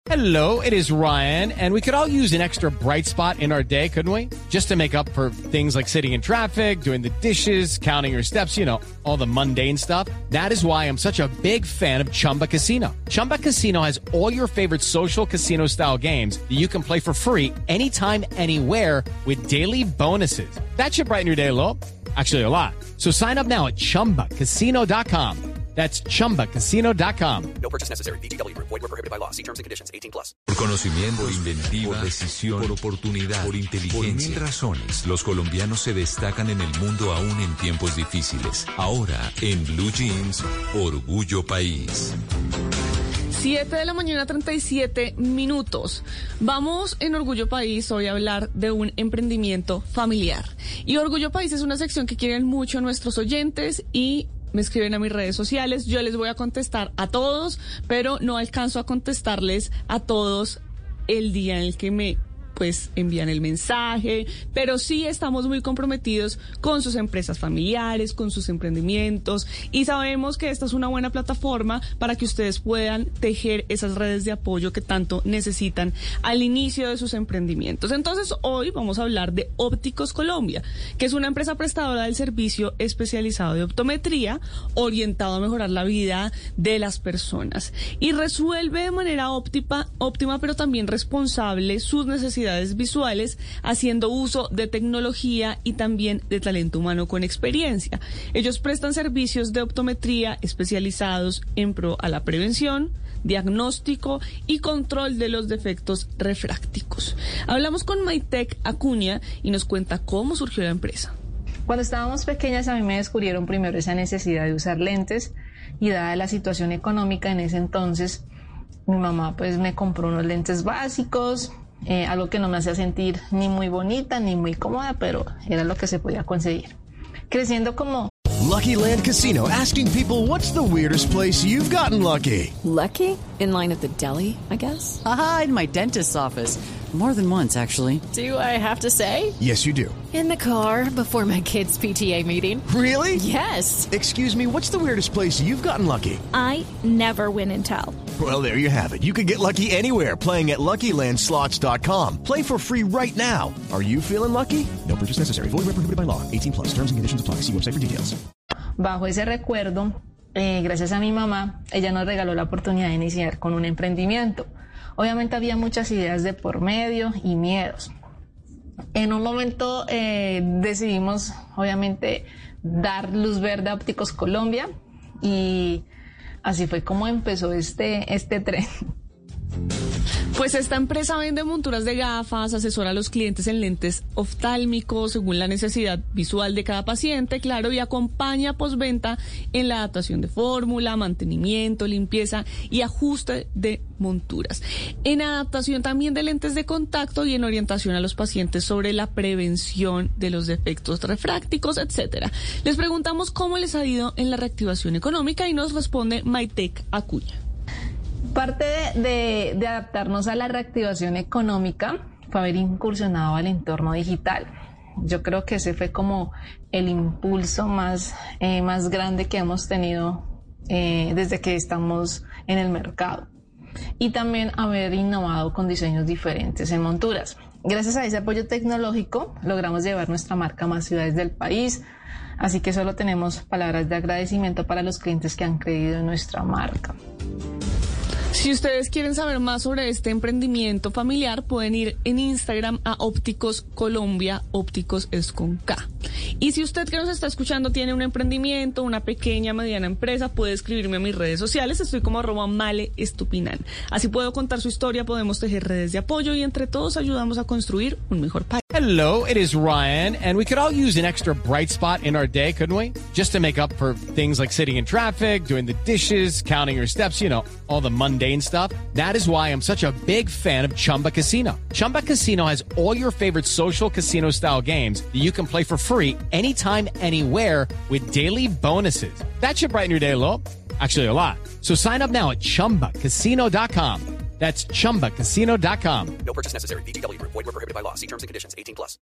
Hello, it is Ryan, and we could all use an extra bright spot in our day, couldn't we? Just to make up for things like sitting in traffic, doing the dishes, counting your steps, you know, all the mundane stuff. That is why I'm such a big fan of Chumba Casino. Chumba Casino has all your favorite social casino-style games that you can play for free anytime, anywhere with daily bonuses. That should brighten your day a little. Actually, a lot. So sign up now at ChumbaCasino.com. That's ChumbaCasino.com. No purchase necessary. VGW Group. Void where prohibited by law. See terms and conditions. 18+. Por conocimiento, por inventiva, por decisión, por oportunidad, por inteligencia. Por 1000 razones, los colombianos se destacan en el mundo aún en tiempos difíciles. Ahora, en Blue Jeans, Orgullo País. 7 de la mañana, 37 minutos. Vamos en Orgullo País hoy a hablar de un emprendimiento familiar. Y Orgullo País es una sección que quieren mucho nuestros oyentes y me escriben a mis redes sociales. Yo les voy a contestar a todos, pero no alcanzo a contestarles a todos el día en el que me envían el mensaje, pero sí estamos muy comprometidos con sus empresas familiares, con sus emprendimientos, y sabemos que esta es una buena plataforma para que ustedes puedan tejer esas redes de apoyo que tanto necesitan al inicio de sus emprendimientos. Entonces hoy vamos a hablar de Ópticos Colombia, que es una empresa prestadora del servicio especializado de optometría orientado a mejorar la vida de las personas y resuelve de manera óptima, pero también responsable sus necesidades visuales, haciendo uso de tecnología y también de talento humano con experiencia. Ellos prestan servicios de optometría especializados en pro a la prevención, diagnóstico y control de los defectos refrácticos. Hablamos con Maytek Acuña y nos cuenta cómo surgió la empresa. Cuando estábamos pequeñas a mí me descubrieron primero esa necesidad de usar lentes y dada la situación económica en ese entonces, mi mamá pues me compró unos lentes básicos, algo que no me hacía sentir ni muy bonita ni muy cómoda, pero era lo que se podía conseguir. Creciendo como Lucky Land Casino, asking people, what's the weirdest place you've gotten lucky? Lucky? In line at the deli, I guess? Aha, in my dentist's office. More than once, actually. Do I have to say? Yes, you do. In the car before my kids' PTA meeting. Really? Yes. Excuse me, what's the weirdest place you've gotten lucky? I never win and tell. Well, there you have it. You can get lucky anywhere, playing at LuckyLandSlots.com. Play for free right now. Are you feeling lucky? No purchase necessary. Void where prohibited by law. 18+. Terms and conditions apply. See website for details. Bajo ese recuerdo, gracias a mi mamá, ella nos regaló la oportunidad de iniciar con un emprendimiento. Obviamente había muchas ideas de por medio y miedos. En un momento decidimos, obviamente, dar luz verde a Ópticos Colombia y así fue como empezó este tren. Pues esta empresa vende monturas de gafas, asesora a los clientes en lentes oftálmicos según la necesidad visual de cada paciente, claro, y acompaña postventa en la adaptación de fórmula, mantenimiento, limpieza y ajuste de monturas. En adaptación también de lentes de contacto y en orientación a los pacientes sobre la prevención de los defectos refrácticos, etcétera. Les preguntamos cómo les ha ido en la reactivación económica y nos responde Maytek Acuña. Parte de adaptarnos a la reactivación económica fue haber incursionado al entorno digital. Yo creo que ese fue como el impulso más grande que hemos tenido desde que estamos en el mercado. Y también haber innovado con diseños diferentes en monturas. Gracias a ese apoyo tecnológico logramos llevar nuestra marca a más ciudades del país. Así que solo tenemos palabras de agradecimiento para los clientes que han creído en nuestra marca. Si ustedes quieren saber más sobre este emprendimiento familiar, pueden ir en Instagram a Ópticos Colombia, Ópticos es con K. Y si usted que nos está escuchando tiene un emprendimiento, una pequeña, mediana empresa, puede escribirme a mis redes sociales, estoy como @maleestupinan. Así puedo contar su historia, podemos tejer redes de apoyo y entre todos ayudamos a construir un mejor país. Hello, it is Ryan, and we could all use an extra bright spot in our day, couldn't we? Just to make up for things like sitting in traffic, doing the dishes, counting your steps, you know, all the mundane stuff. That is why I'm such a big fan of Chumba Casino. Chumba Casino has all your favorite social casino-style games that you can play for free anytime, anywhere with daily bonuses. That should brighten your day a little. Actually, a lot. So sign up now at ChumbaCasino.com. That's ChumbaCasino.com. No purchase necessary. VGW Group. Void where prohibited by law. See terms and conditions. 18+.